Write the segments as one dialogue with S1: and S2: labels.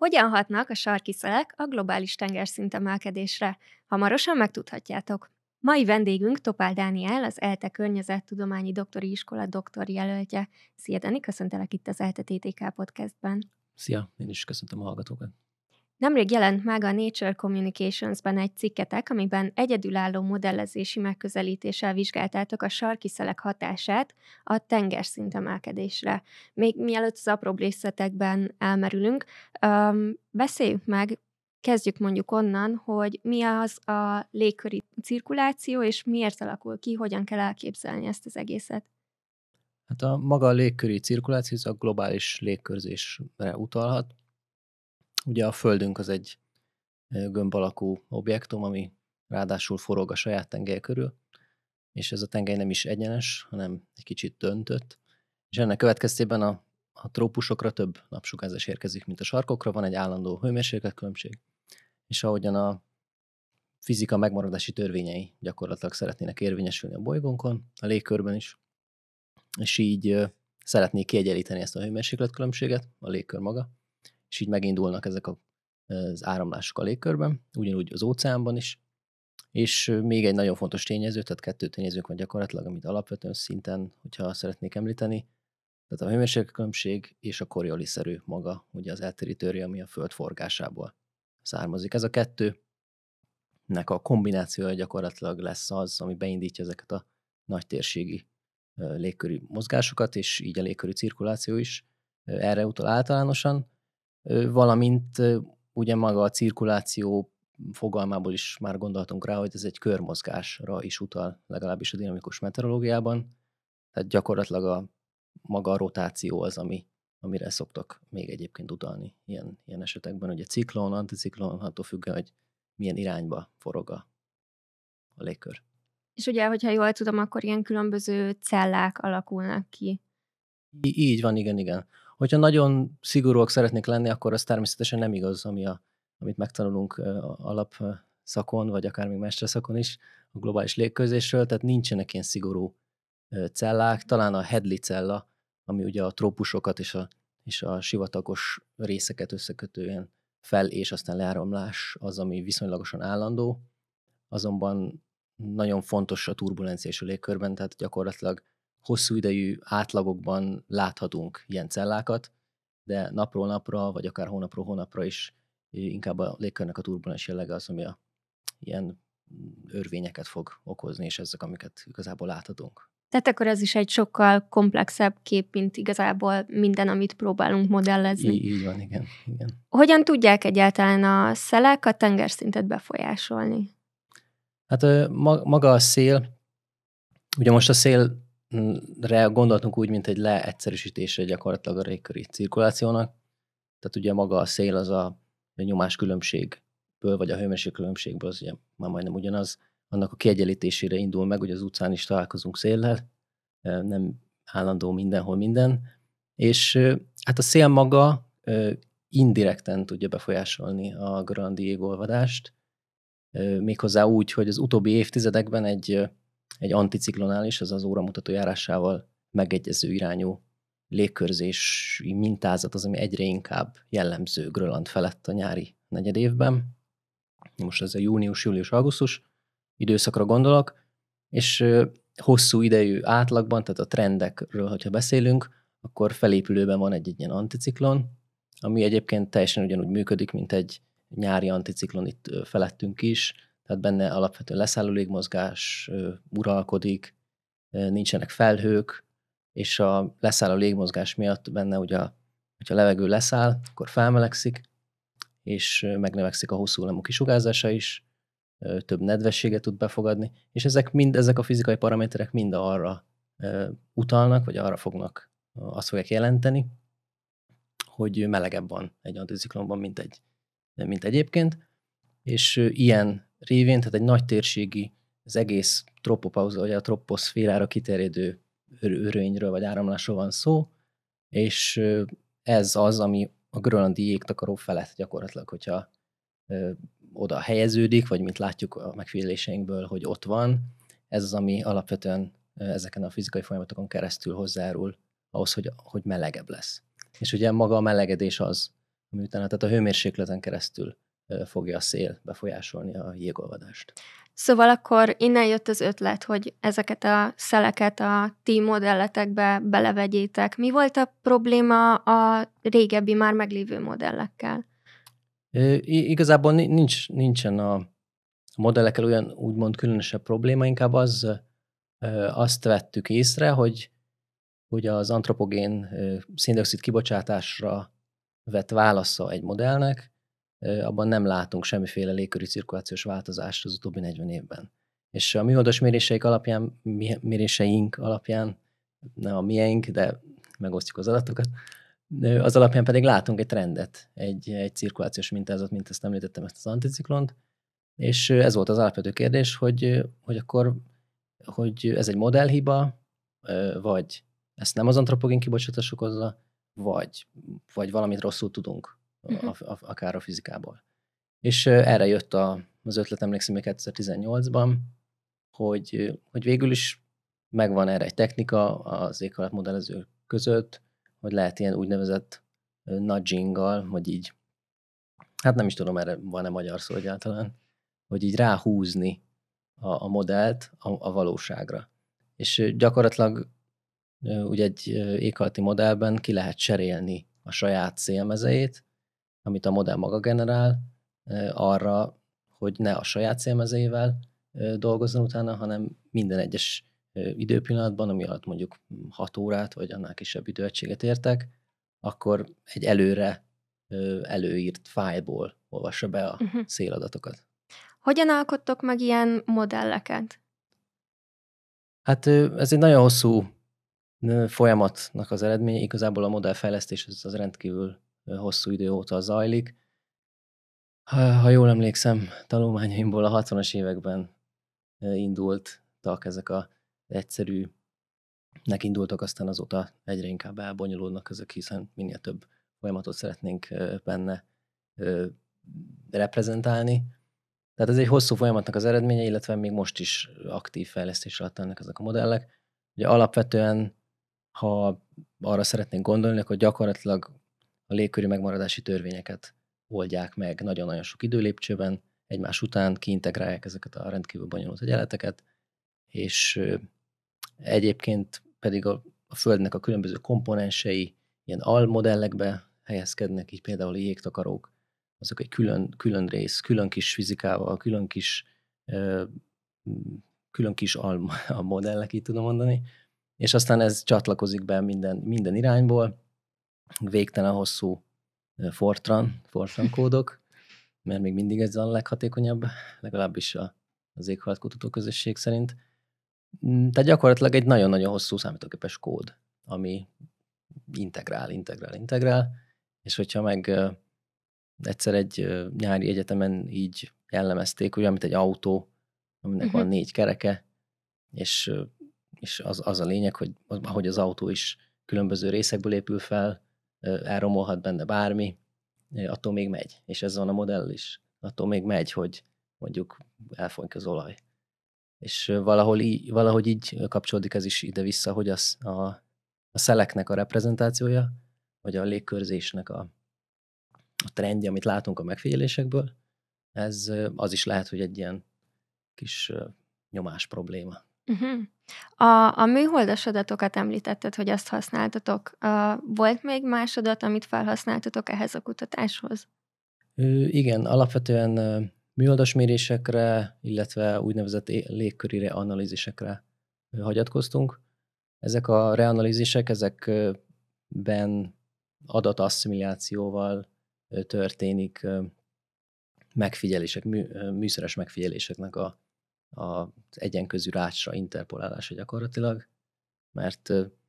S1: Hogyan hatnak a sarki szelek a globális tengerszint emelkedésre? Hamarosan megtudhatjátok. Mai vendégünk Topál Dániel, az ELTE Környezettudományi Doktori Iskola doktorjelöltje. Szia Dani, köszöntelek itt az ELTE TTK podcastben.
S2: Szia, én is köszöntöm a hallgatókat.
S1: Nemrég jelent meg a Nature Communications-ben egy cikketek, amiben egyedülálló modellezési megközelítéssel vizsgáltátok a sarki szelek hatását a tengerszint emelkedésre. Még mielőtt az apróbb részletekben elmerülünk, beszéljük meg, kezdjük mondjuk onnan, hogy mi az a légköri cirkuláció, és miért alakul ki, hogyan kell elképzelni ezt az egészet.
S2: Hát a maga a légköri cirkuláció az a globális légkörzésre utalhat. Ugye a Földünk az egy gömb alakú objektum, ami ráadásul forog a saját tengelye körül, és ez a tengely nem is egyenes, hanem egy kicsit döntött, és ennek következtében a trópusokra több napsugárzás érkezik, mint a sarkokra, van egy állandó hőmérsékletkülönbség, és ahogyan a fizika megmaradási törvényei gyakorlatilag szeretnének érvényesülni a bolygónkon, a légkörben is, és így szeretnék kiegyenlíteni ezt a hőmérsékletkülönbséget, a légkör maga, és így megindulnak ezek az áramlások a légkörben, ugyanúgy az óceánban is, és még egy nagyon fontos tényező, tehát 2 tényezőnk van gyakorlatilag, amit alapvetően szinten, hogyha szeretnék említeni, tehát a hőmérsékletkülönbség és a Coriolis-erő maga, ugye az eltérítő, ami a Föld forgásából származik. Ez a kettőnek a kombinációja gyakorlatilag lesz az, ami beindítja ezeket a nagy térségi légköri mozgásokat, és így a légköri cirkuláció is erre utal általánosan, valamint ugye maga a cirkuláció fogalmából is már gondoltunk rá, hogy ez egy körmozgásra is utal, legalábbis a dinamikus meteorológiában, tehát gyakorlatilag maga a rotáció az, amire szoktak még egyébként utalni ilyen esetekben, ugye ciklon, anticiklon, attól függően, hogy milyen irányba forog a légkör.
S1: És ugye, hogyha jól tudom, akkor ilyen különböző cellák alakulnak ki.
S2: Így van, igen. Hogyha nagyon szigorúak szeretnék lenni, akkor az természetesen nem igaz, amit megtanulunk alapszakon, vagy akár még mesterszakon is a globális légkörzésről, tehát nincsenek ilyen szigorú cellák, talán a Hadley cella, ami ugye a trópusokat és a sivatagos részeket összekötően fel- és aztán leáramlás az, ami viszonylagosan állandó, azonban nagyon fontos a turbulencia és a légkörben, tehát gyakorlatilag hosszú idejű átlagokban láthatunk ilyen cellákat, de napról napra, vagy akár hónapról hónapra is inkább a légkörnek a turbulens jellege az, ami ilyen örvényeket fog okozni, és ezek, amiket igazából láthatunk.
S1: Tehát akkor ez is egy sokkal komplexebb kép, mint igazából minden, amit próbálunk modellezni.
S2: Így van, igen.
S1: Hogyan tudják egyáltalán a szelek a tengerszintet befolyásolni?
S2: Hát maga a szél, ugye most a szélre gondoltunk úgy, mint egy leegyszerűsítése gyakorlatilag a légköri cirkulációnak, tehát ugye maga a szél az a nyomás különbségből, vagy a hőmérséklet különbségből, az ugye már majdnem ugyanaz, annak a kiegyenlítésére indul meg, hogy az utcán is találkozunk széllel, nem állandó mindenhol minden, és hát a szél maga indirekten tudja befolyásolni a grönlandi jégolvadást, méghozzá úgy, hogy az utóbbi évtizedekben egy anticiklonális, az óramutató járásával megegyező irányú légkörzési mintázat az, ami egyre inkább jellemző Grönland felett a nyári negyedévben. Most ez a június, július, augusztus időszakra gondolok, és hosszú idejű átlagban, tehát a trendekről, hogyha beszélünk, akkor felépülőben van egy ilyen anticiklon, ami egyébként teljesen ugyanúgy működik, mint egy nyári anticiklon itt felettünk is, tehát benne alapvetően leszálló légmozgás uralkodik, nincsenek felhők, és a leszálló légmozgás miatt benne ugye, hogyha a levegő leszáll, akkor felmelegszik, és megnövekszik a hosszú hullámú kisugárzása is, több nedvességet tud befogadni, és ezek a fizikai paraméterek mind arra utalnak, vagy arra azt fogják jelenteni, hogy melegebb van egy anticiklonban, mint egyébként, és ilyen révén, tehát egy nagy térségi, az egész tropopauza, vagy a troposzférára kiterjedő örvényről vagy áramlásról van szó, és ez az, ami a grönlandi jégtakaró felett gyakorlatilag, hogyha oda helyeződik, vagy mint látjuk a megfigyeléseinkből, hogy ott van, ez az, ami alapvetően ezeken a fizikai folyamatokon keresztül hozzájárul ahhoz, hogy melegebb lesz. És ugye maga a melegedés az, ami utána, tehát a hőmérsékleten keresztül fogja a szél befolyásolni a jégolvadást.
S1: Szóval akkor innen jött az ötlet, hogy ezeket a szeleket a ti modelletekbe belevegyétek. Mi volt a probléma a régebbi már meglévő modellekkel?
S2: Igazából nincsen a modellekkel olyan úgymond különösebb probléma, inkább azt vettük észre, hogy az antropogén szén-dioxid kibocsátásra vett válasza egy modellnek, abban nem látunk semmiféle légköri cirkulációs változást az utóbbi 40 évben. És a műholdas méréseink alapján, nem a miénk, de megosztjuk az adatokat, az alapján pedig látunk egy trendet, egy cirkulációs mintázat, mint ezt említettem, ezt az anticiklont, és ez volt az alapvető kérdés, hogy akkor hogy ez egy modellhiba, vagy ezt nem az antropogén kibocsátás okozza, vagy valamit rosszul tudunk, akár a fizikából. És erre jött az ötlet, emlékszem még 2018-ban, hogy végül is megvan erre egy technika az éghajlatmodellezők között, hogy lehet ilyen úgynevezett nudginggal, hogy így, hát nem is tudom, erre van-e magyar szó egyáltalán, hogy így ráhúzni a modellt a valóságra. És gyakorlatilag ugye egy éghajlati modellben ki lehet cserélni a saját szélmezejét, amit a modell maga generál, arra, hogy ne a saját szélmezejével dolgozzon utána, hanem minden egyes időpillanatban, ami alatt mondjuk 6 órát, vagy annál kisebb időegységet értek, akkor egy előre előírt fájlból olvassa be a széladatokat.
S1: Hogyan alkottok meg ilyen modelleket?
S2: Hát ez egy nagyon hosszú folyamatnak az eredménye. Igazából a modellfejlesztés az rendkívül hosszú idő óta zajlik. Ha jól emlékszem, tanulmányaimból a 60-as években indultak ezek az egyszerűnek indultak, aztán azóta egyre inkább elbonyolódnak ezek, hiszen minél több folyamatot szeretnénk benne reprezentálni. Tehát ez egy hosszú folyamatnak az eredménye, illetve még most is aktív fejlesztés alatt ennek ezek a modellek. Ugye alapvetően, ha arra szeretnénk gondolni, akkor gyakorlatilag a légköri megmaradási törvényeket oldják meg nagyon-nagyon sok időlépcsőben, egymás után kiintegrálják ezeket a rendkívül bonyolult egyenleteket, és egyébként pedig a Földnek a különböző komponensei ilyen almodellekbe helyezkednek, így például a jégtakarók, azok egy külön rész, külön kis fizikával, külön kis almodellek, így tudom mondani, és aztán ez csatlakozik be minden irányból, végtelen hosszú Fortran kódok, mert még mindig ez a leghatékonyabb, legalábbis az éghajlatkutató közösség szerint. Tehát gyakorlatilag egy nagyon-nagyon hosszú számítógépes kód, ami integrál, és hogyha meg egyszer egy nyári egyetemen így jellemezték, olyan, mint egy autó, aminek van 4 kereke, és az a lényeg, hogy ahogy az autó is különböző részekből épül fel, elromolhat benne bármi, attól még megy. És ez van a modell is. Attól még megy, hogy mondjuk elfolyik az olaj. És valahogy így kapcsolódik ez is ide-vissza, hogy a szeleknek a reprezentációja, vagy a légkörzésnek a trendje, amit látunk a megfigyelésekből, ez az is lehet, hogy egy ilyen kis nyomás probléma.
S1: A műholdas adatokat említetted, hogy azt használtatok. Volt még más adat, amit felhasználtatok ehhez a kutatáshoz?
S2: Igen, alapvetően műholdas mérésekre, illetve úgynevezett légköri reanalízisekre hagyatkoztunk. Ezek a reanalízisek, ezekben adatasszimilációval történik megfigyelések, műszeres megfigyeléseknek az egyenközű rácsra interpolálása gyakorlatilag, mert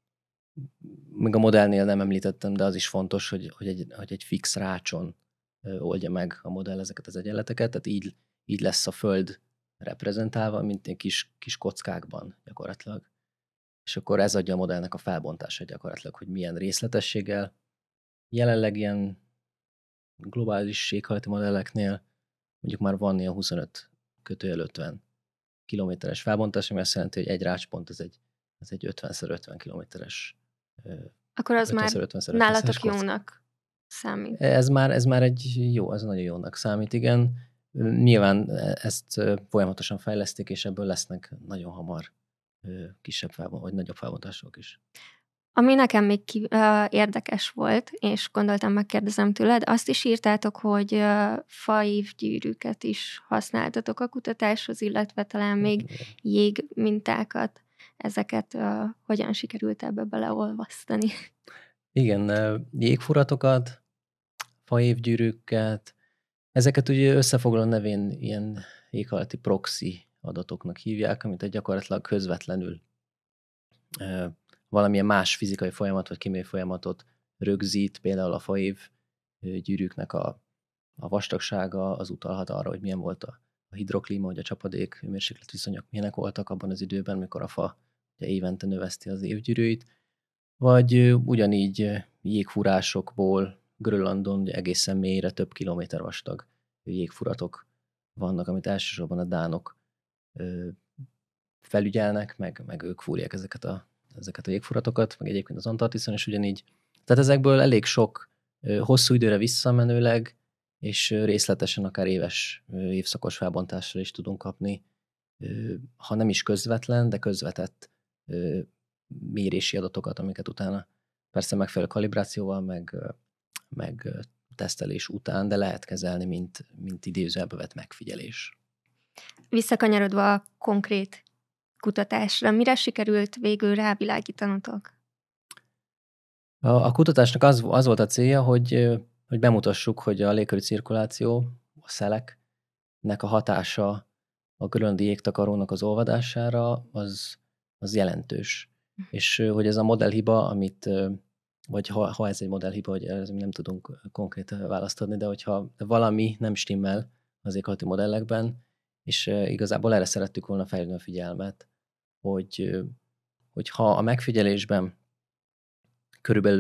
S2: még a modellnél nem említettem, de az is fontos, hogy egy fix rácson oldja meg a modell ezeket az egyenleteket, tehát így lesz a Föld reprezentálva, mint egy kis kockákban gyakorlatilag. És akkor ez adja a modellnek a felbontását gyakorlatilag, hogy milyen részletességgel. Jelenleg ilyen globális éghajlati modelleknél mondjuk már van ilyen 25/50 kilométeres felbontás, ami azt jelenti, hogy egy rácspont ez egy 50x50 kilométeres.
S1: Akkor az már nálatok jónak számít.
S2: Ez már egy jó, ez nagyon jónak számít, igen. Nyilván ezt folyamatosan fejlesztik, és ebből lesznek nagyon hamar kisebb vagy nagyobb felbontások is.
S1: Ami nekem még érdekes volt, és gondoltam megkérdezem tőled, azt is írtátok, hogy faívgyűrűket is használtatok a kutatáshoz, illetve talán még jégmintákat. Ezeket hogyan sikerült ebbe beleolvasztani?
S2: Igen, jégfuratokat, faévgyűrűket, ezeket ugye összefoglaló nevén ilyen éghajlati proxy adatoknak hívják, amit gyakorlatilag közvetlenül valamilyen más fizikai folyamat vagy kémiai folyamatot rögzít, például a faév gyűrűknek a vastagsága az utalhat arra, hogy milyen volt a hidroklíma, hogy a csapadék hőmérsékletviszonyok milyenek voltak abban az időben, mikor a fa ugye évente növeszti az évgyűrűit, vagy ugyanígy jégfurásokból Grönlandon ugye egészen mélyre több kilométer vastag jégfuratok vannak, amit elsősorban a dánok felügyelnek, meg ők fúrják ezeket a jégfuratokat, meg egyébként az Antarktiszon is ugyanígy. Tehát ezekből elég sok hosszú időre visszamenőleg, és részletesen akár évszakos felbontással is tudunk kapni, ha nem is közvetlen, de közvetett mérési adatokat, amiket utána persze megfelelő kalibrációval, meg tesztelés után, de lehet kezelni, mint idézőjelbe vett megfigyelés.
S1: Visszakanyarodva a konkrét kutatásra, mire sikerült végül rávilágítanotok?
S2: A kutatásnak az volt a célja, hogy bemutassuk, hogy a légköri cirkuláció, a szeleknek a hatása a grönlandi jégtakarónak az olvadására az jelentős. És hogy ez a modellhiba, vagy ha ez egy modellhiba, hogy ez nem tudunk konkrét választ adni, de hogyha valami nem stimmel az éghajlati modellekben, és igazából erre szerettük volna felhívni a figyelmet, hogy ha a megfigyelésben körülbelül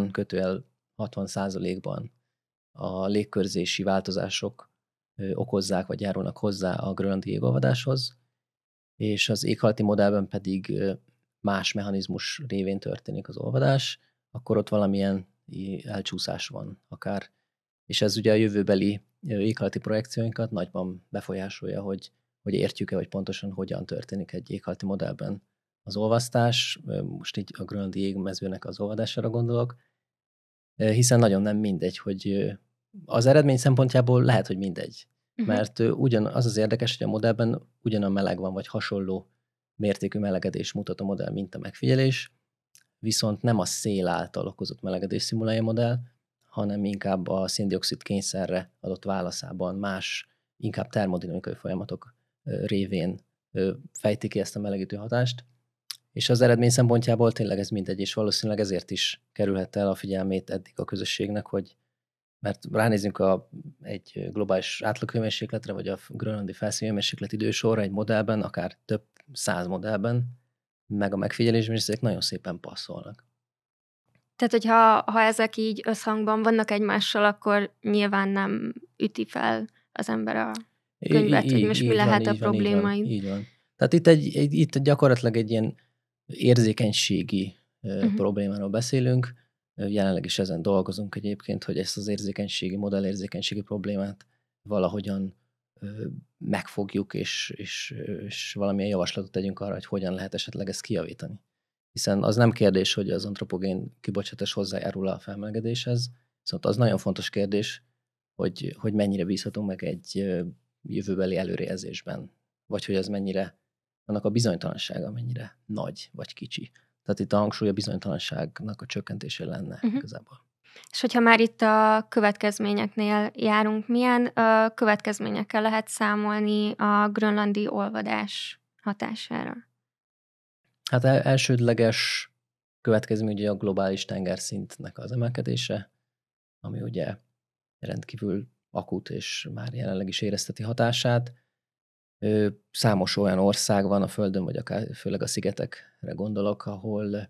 S2: 50-60%-ban a légkörzési változások okozzák, vagy járulnak hozzá a grönlandi jégolvadáshoz, és az éghajlati modellben pedig más mechanizmus révén történik az olvadás, akkor ott valamilyen elcsúszás van akár. És ez ugye a jövőbeli éghajlati projekcióinkat nagyban befolyásolja, hogy értjük-e, hogy pontosan hogyan történik egy éghajlati modellben az olvasztás, most így a grönlandi jégmezőnek az olvadására gondolok, hiszen nagyon nem mindegy, hogy az eredmény szempontjából lehet, hogy mindegy. Mert ugyanaz az érdekes, hogy a modellben ugyanolyan meleg van, vagy hasonló mértékű melegedés mutat a modell, mint a megfigyelés, viszont nem a szél által okozott melegedés szimulálja a modell, hanem inkább a szén-dioxid kényszerre adott válaszában más, inkább termodinamikai folyamatok révén fejti ki ezt a melegítő hatást, és az eredmény szempontjából tényleg ez mindegy, és valószínűleg ezért is kerülhette el a figyelmét eddig a közösségnek, mert ránézünk egy globális átlaghőmérsékletre, vagy a grönlandi felszínhőmérséklet idősorra egy modellben, akár több 100 modellben, meg a megfigyelésben, és ezek nagyon szépen passzolnak.
S1: Tehát, hogyha ezek így összhangban vannak egymással, akkor nyilván nem üti fel az ember a könyvet, hogy most mi lehet a probléma.
S2: Így van. Tehát itt gyakorlatilag egy ilyen érzékenységi problémáról beszélünk. Jelenleg is ezen dolgozunk egyébként, hogy ezt az modellérzékenységi problémát valahogyan megfogjuk, és valamilyen javaslatot tegyünk arra, hogy hogyan lehet esetleg ezt kijavítani. Hiszen az nem kérdés, hogy az antropogén kibocsátás hozzájárul a felmelegedéshez, viszont az nagyon fontos kérdés, hogy mennyire bízhatunk meg egy jövőbeli előrejelzésben, vagy hogy ez mennyire, annak a bizonytalansága mennyire nagy vagy kicsi. Tehát itt a hangsúly a bizonytalanságnak a csökkentése lenne igazából.
S1: És hogyha már itt a következményeknél járunk, milyen következményekkel lehet számolni a grönlandi olvadás hatására?
S2: Hát elsődleges következmény ugye a globális tengerszintnek az emelkedése, ami ugye rendkívül akut és már jelenleg is érezteti hatását. Számos olyan ország van a Földön, vagy akár főleg a szigetekre gondolok, ahol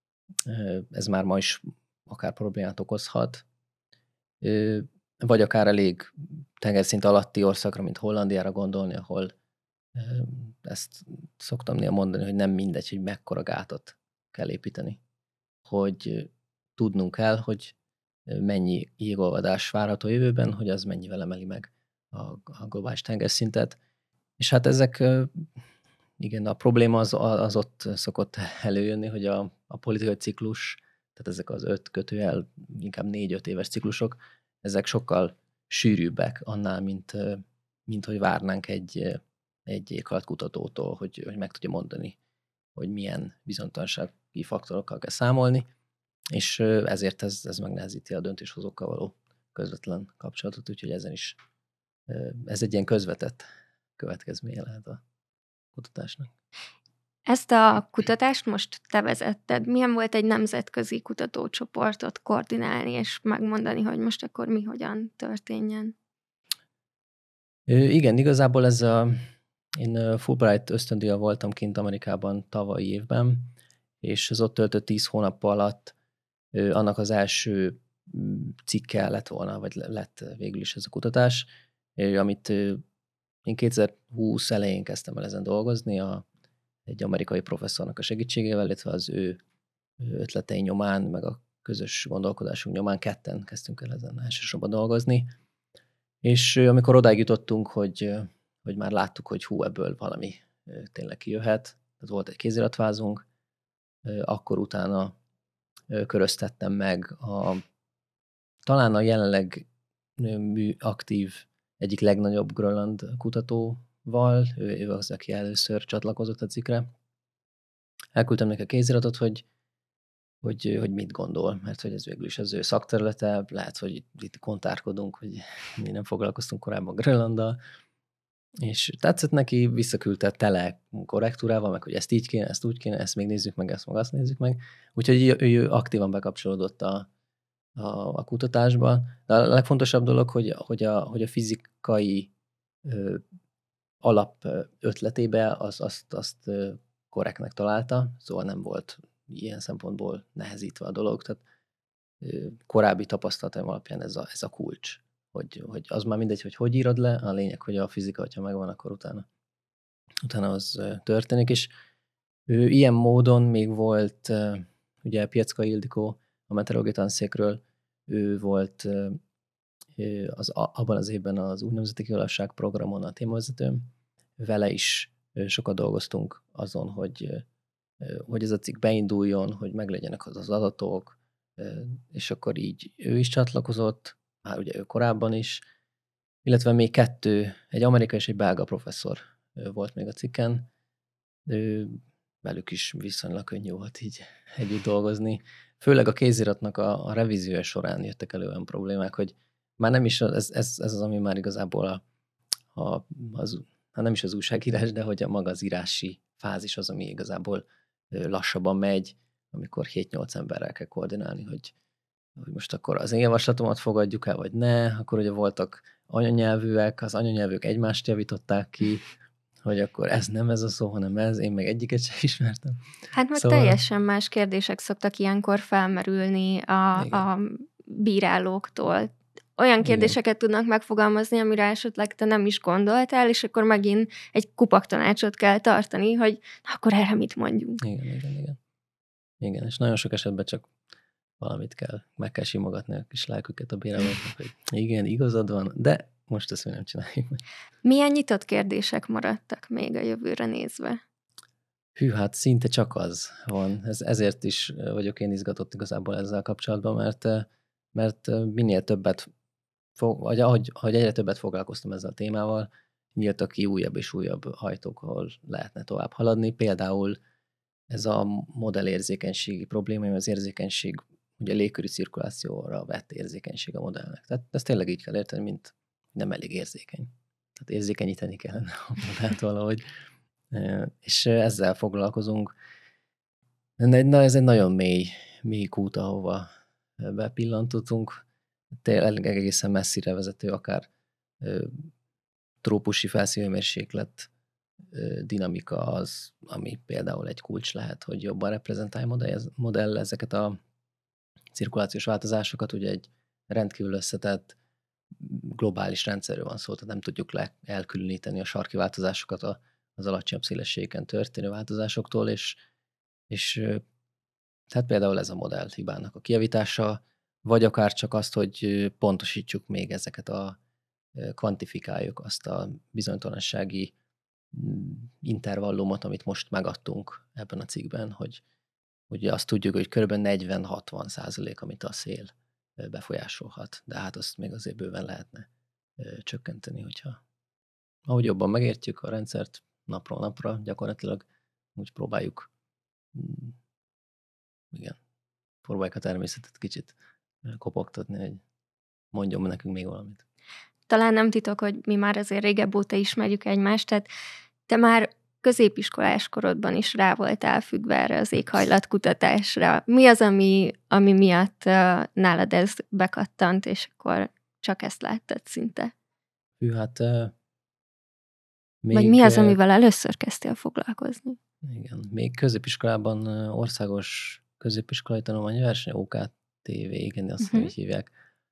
S2: ez már ma is akár problémát okozhat, vagy akár elég tengerszint alatti országra, mint Hollandiára gondolni, ahol ezt szoktam néha mondani, hogy nem mindegy, hogy mekkora gátat kell építeni. Hogy tudnunk kell, hogy mennyi jégolvadás várható a jövőben, hogy az mennyivel emeli meg a globális tengerszintet. És hát ezek, igen, a probléma az ott szokott előjönni, hogy a politikai ciklus, tehát ezek az 5 kötőjel, inkább 4-5 éves ciklusok, ezek sokkal sűrűbbek annál, mint hogy várnánk egy éghajlatkutatótól, hogy meg tudja mondani, hogy milyen bizonytalansági faktorokkal kell számolni, és ezért ez megnehezíti a döntéshozókkal való közvetlen kapcsolatot, úgyhogy ezen is ez egy ilyen közvetett következménye lehet a kutatásnak.
S1: Ezt a kutatást most te vezetted. Milyen volt egy nemzetközi kutatócsoportot koordinálni, és megmondani, hogy most akkor mi hogyan történjen?
S2: Igen, igazából én Fulbright ösztöndíjjal voltam kint Amerikában tavalyi évben, és az ott töltött 10 hónap alatt annak az első cikke lett volna, vagy lett végül is ez a kutatás, amit én 2020 elején kezdtem el ezen dolgozni, egy amerikai professzornak a segítségével, illetve az ő ötletei nyomán, meg a közös gondolkodásunk nyomán ketten kezdtünk el ezen elsősorban dolgozni. És amikor odáig jutottunk, hogy már láttuk, hogy ebből valami tényleg kijöhet, tehát volt egy kéziratvázunk, akkor utána köröztettem meg talán a jelenleg aktív egyik legnagyobb Grönland kutatóval, ő az, aki először csatlakozott a cikkre. Elküldtem neki a kéziratot, hogy mit gondol, mert hogy ez végül is az ő szakterülete, lehet, hogy itt kontárkodunk, hogy mi nem foglalkoztunk korábban Grönlanddal, és tetszett neki, visszaküldte tele korrektúrával, meg hogy ezt így kéne, ezt úgy kéne, ezt még nézzük meg, ezt meg azt nézzük meg. Úgyhogy ő aktívan bekapcsolódott a kutatásba. De a legfontosabb dolog, hogy a fizikai alap ötletébe azt korrektnek találta, szóval nem volt ilyen szempontból nehezítve a dolog. Tehát korábbi tapasztalataim alapján ez a kulcs. Hogy az már mindegy, hogy írod le, a lényeg, hogy a fizika, hogyha megvan, akkor utána az történik, és ilyen módon még volt ugye Pieckai Ildikó a meteorológiai tanszékről, ő volt abban az évben az úgynevezett igazság programon a témavezetőm, vele is sokat dolgoztunk azon, hogy ez a cikk beinduljon, hogy meglegyenek az adatok, és akkor így ő is csatlakozott, már ugye ő korábban is, illetve még 2, egy amerikai és egy belga professzor volt még a cikken. Velük is viszonylag könnyű volt így együtt dolgozni. Főleg a kéziratnak a revíziója során jöttek elő olyan problémák, hogy már nem is, ez az, ami már igazából nem is az újságírás, de hogy maga az írási fázis az, ami igazából lassabban megy, amikor 7-8 emberrel kell koordinálni, hogy most akkor az én javaslatomat fogadjuk el, vagy ne, akkor ugye voltak anyanyelvűek, az anyanyelvűek egymást javították ki, hogy akkor ez nem ez a szó, hanem ez, én meg egyiket sem ismertem.
S1: Hát meg szóval teljesen más kérdések szoktak ilyenkor felmerülni a bírálóktól. Olyan kérdéseket tudnak megfogalmazni, amire esetleg te nem is gondoltál, és akkor megint egy kupaktanácsot kell tartani, hogy akkor erre mit mondjunk.
S2: Igen, és nagyon sok esetben csak valamit meg kell simogatni a kis lelküket a bírálóknak, hogy igen, igazad van, de most ezt mi nem csináljuk meg.
S1: Milyen nyitott kérdések maradtak még a jövőre nézve?
S2: Hű, hát szinte csak az van. Ezért is vagyok én izgatott igazából ezzel kapcsolatban, mert minél többet, vagy ahogy egyre többet foglalkoztam ezzel a témával, nyíltak ki újabb és újabb hajtók, ahol lehetne tovább haladni. Például ez a modellérzékenységi probléma, az érzékenység, ugye a légköri cirkulációra vett érzékenység a modellnek. Tehát ezt tényleg így kell érteni, mint nem elég érzékeny. Tehát érzékenyíteni kellene a modellt valahogy. És ezzel foglalkozunk. Ez egy nagyon mély kút, ahova bepillantottunk. Tényleg egészen messzire vezető, akár trópusi felszínhőmérséklet dinamika az, ami például egy kulcs lehet, hogy jobban reprezentálja modell ezeket a cirkulációs változásokat. Ugye egy rendkívül összetett globális rendszerről van szó, tehát nem tudjuk elkülöníteni a sarki változásokat az alacsonyabb szélességeken történő változásoktól, és tehát például ez a modell hibának a kijavítása, vagy akár csak azt, hogy pontosítsuk még ezeket kvantifikáljuk azt a bizonytalansági intervallumot, amit most megadtunk ebben a cikkben, hogy azt tudjuk, hogy kb. 40-60%, amit a szél befolyásolhat, de hát azt még azért bőven lehetne csökkenteni, hogyha ahogy jobban megértjük a rendszert napról napra, gyakorlatilag úgy próbáljuk próbáljuk a természetet kicsit kopogtatni, hogy mondjon nekünk még valamit.
S1: Talán nem titok, hogy mi már azért régebb óta ismerjük egymást, tehát te már középiskolás korodban is rá voltál függve erre az éghajlatkutatásra. Mi az, ami miatt nálad ez bekattant, és akkor csak ezt láttad szinte?
S2: Hű, hát
S1: vagy mi az, amivel először kezdtél foglalkozni?
S2: Igen, még középiskolában országos középiskolai tanulmányverseny, OKTV, igen, azt így hívják.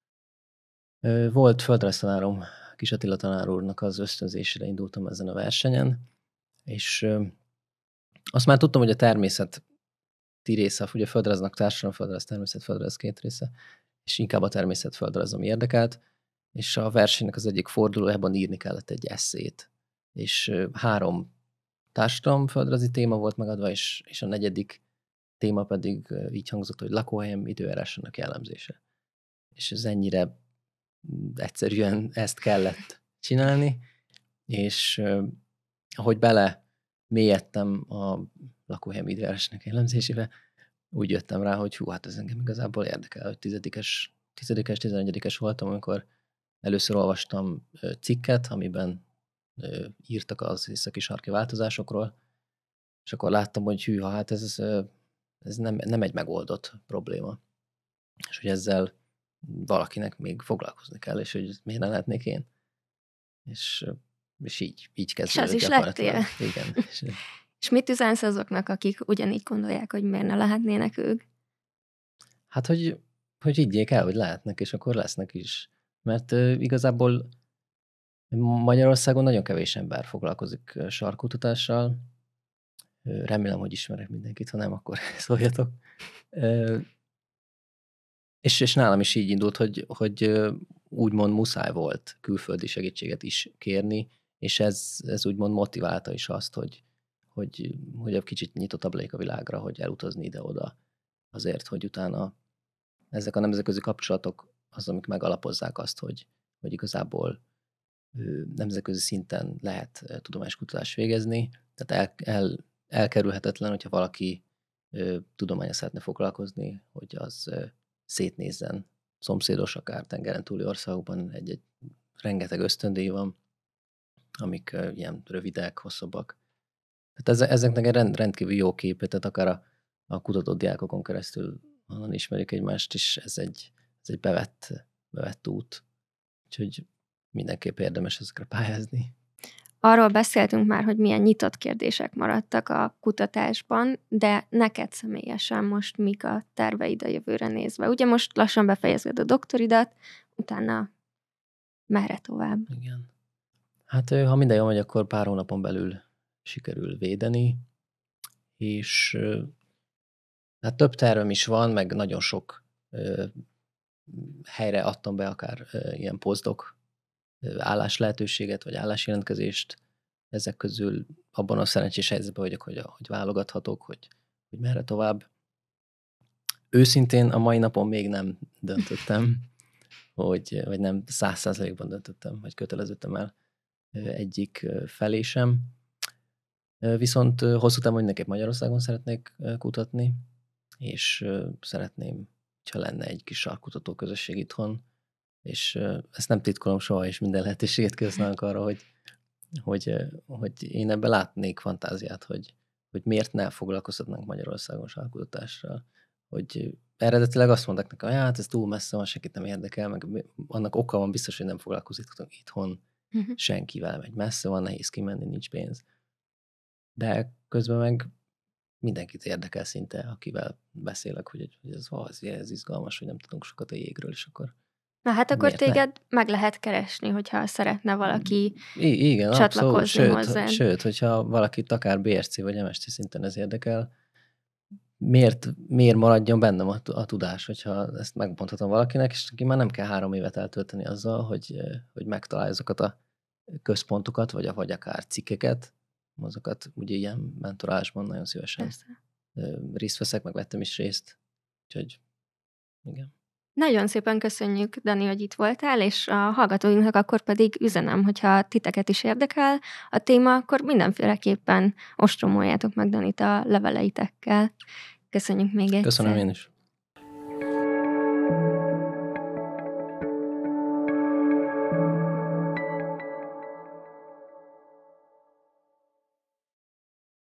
S2: Volt földrajztanárom, Kis Attila tanár úrnak az ösztönzésére indultam ezen a versenyen, és azt már tudtam, hogy a természeti része, ugye földrajznak társadalomföldrajz, természetföldrajz két része, és inkább a természetföldrajz, ami érdekelt, és a versenynek az egyik fordulójában írni kellett egy esszét, és 3 társadalomföldrajzi téma volt megadva, és a 4. téma pedig így hangzott, hogy lakóhelyem időjárásának jellemzése. És ez ennyire egyszerűen ezt kellett csinálni, és ahogy bele mélyedtem a lakóhelyem időjárásának jellemzésébe, úgy jöttem rá, hogy hú, hát ez engem igazából érdekel, hogy 10-es, 11-es voltam, amikor először olvastam cikket, amiben írtak az északi sarki változásokról, és akkor láttam, hogy hűha, hát ez nem egy megoldott probléma. És hogy ezzel valakinek még foglalkozni kell, és hogy miért ne lehetnék én. És így kezdődött.
S1: És az is lettél.
S2: Igen.
S1: És mit üzensz azoknak, akik ugyanígy gondolják, hogy miért ne lehetnének ők?
S2: Hát, hogy higgyék el, hogy lehetnek, és akkor lesznek is. Mert igazából Magyarországon nagyon kevés ember foglalkozik sarkkutatással. Remélem, hogy ismerek mindenkit, ha nem, akkor szóljatok. És nálam is így indult, hogy úgymond muszáj volt külföldi segítséget is kérni, és ez úgymond motiválta is azt, hogy egy kicsit nyitottabb legyek a világra, hogy elutazni ide-oda azért, hogy utána ezek a nemzetközi kapcsolatok az, amik megalapozzák azt, hogy igazából nemzetközi szinten lehet tudományos kutatást végezni, tehát elkerülhetetlen, hogyha valaki tudománnyal szeretne foglalkozni, hogy az szétnézzen szomszédos, akár tengeren túli országokban egy rengeteg ösztöndíj van, amik ilyen rövidek, hosszabbak. Tehát ezeknek egy rendkívül jó képe, tehát akár a kutató diákokon keresztül onnan ismerjük egymást, és ez egy bevett út. Úgyhogy mindenképp érdemes ezekre pályázni.
S1: Arról beszéltünk már, hogy milyen nyitott kérdések maradtak a kutatásban, de neked személyesen most mik a terveid a jövőre nézve? Ugye most lassan befejezed a doktoridat, utána merre tovább?
S2: Igen. Hát ha minden jól megy, akkor pár hónapon belül sikerül védeni, és hát több tervem is van, meg nagyon sok helyre adtam be akár ilyen postdoc állás lehetőséget, vagy állásjelentkezést. Ezek közül abban a szerencsés helyzetben vagyok, hogy válogathatok, hogy merre tovább. Őszintén a mai napon még nem döntöttem, vagy nem 100%-ban döntöttem, vagy köteleződtem el egyik felé sem. Viszont hosszú távon mindenképp Magyarországon szeretnék kutatni, és szeretném, ha lenne egy kis sarkkutató közösség itthon, és ezt nem titkolom soha, és minden lehetőséget kihasználok arra, hogy én ebben látnék fantáziát, hogy miért ne foglalkozhatnánk Magyarországon sarkkutatással. Hogy eredetileg azt mondták nekem, hogy hát ez túl messze van, senkit nem érdekel, meg annak oka van biztos, hogy nem foglalkozik itthon senkivel, meg messze van, nehéz kimenni, nincs pénz. De közben meg mindenkit érdekel szinte, akivel beszélek, hogy ez izgalmas, hogy nem tudunk sokat a jégről, és akkor
S1: na hát akkor téged meg lehet keresni, hogyha szeretne valaki
S2: igen,
S1: csatlakozni
S2: abszolút.
S1: hozzád.
S2: Sőt, hogyha valakit akár BSC vagy MST szinten ez érdekel, miért maradjon bennem a tudás, hogyha ezt megmondhatom valakinek, és neki már nem kell 3 évet eltölteni azzal, hogy megtalálja azokat a központokat, vagy akár cikkeket, azokat ugye ilyen mentorálásban nagyon szívesen
S1: Persze.
S2: részt veszek, meg vettem is részt. Úgyhogy igen.
S1: Nagyon szépen köszönjük, Dani, hogy itt voltál, és a hallgatóinknak akkor pedig üzenem, hogyha titeket is érdekel a téma, akkor mindenféleképpen ostromoljátok meg Danit a leveleitekkel. Köszönjük még egyszer.
S2: Köszönöm én is.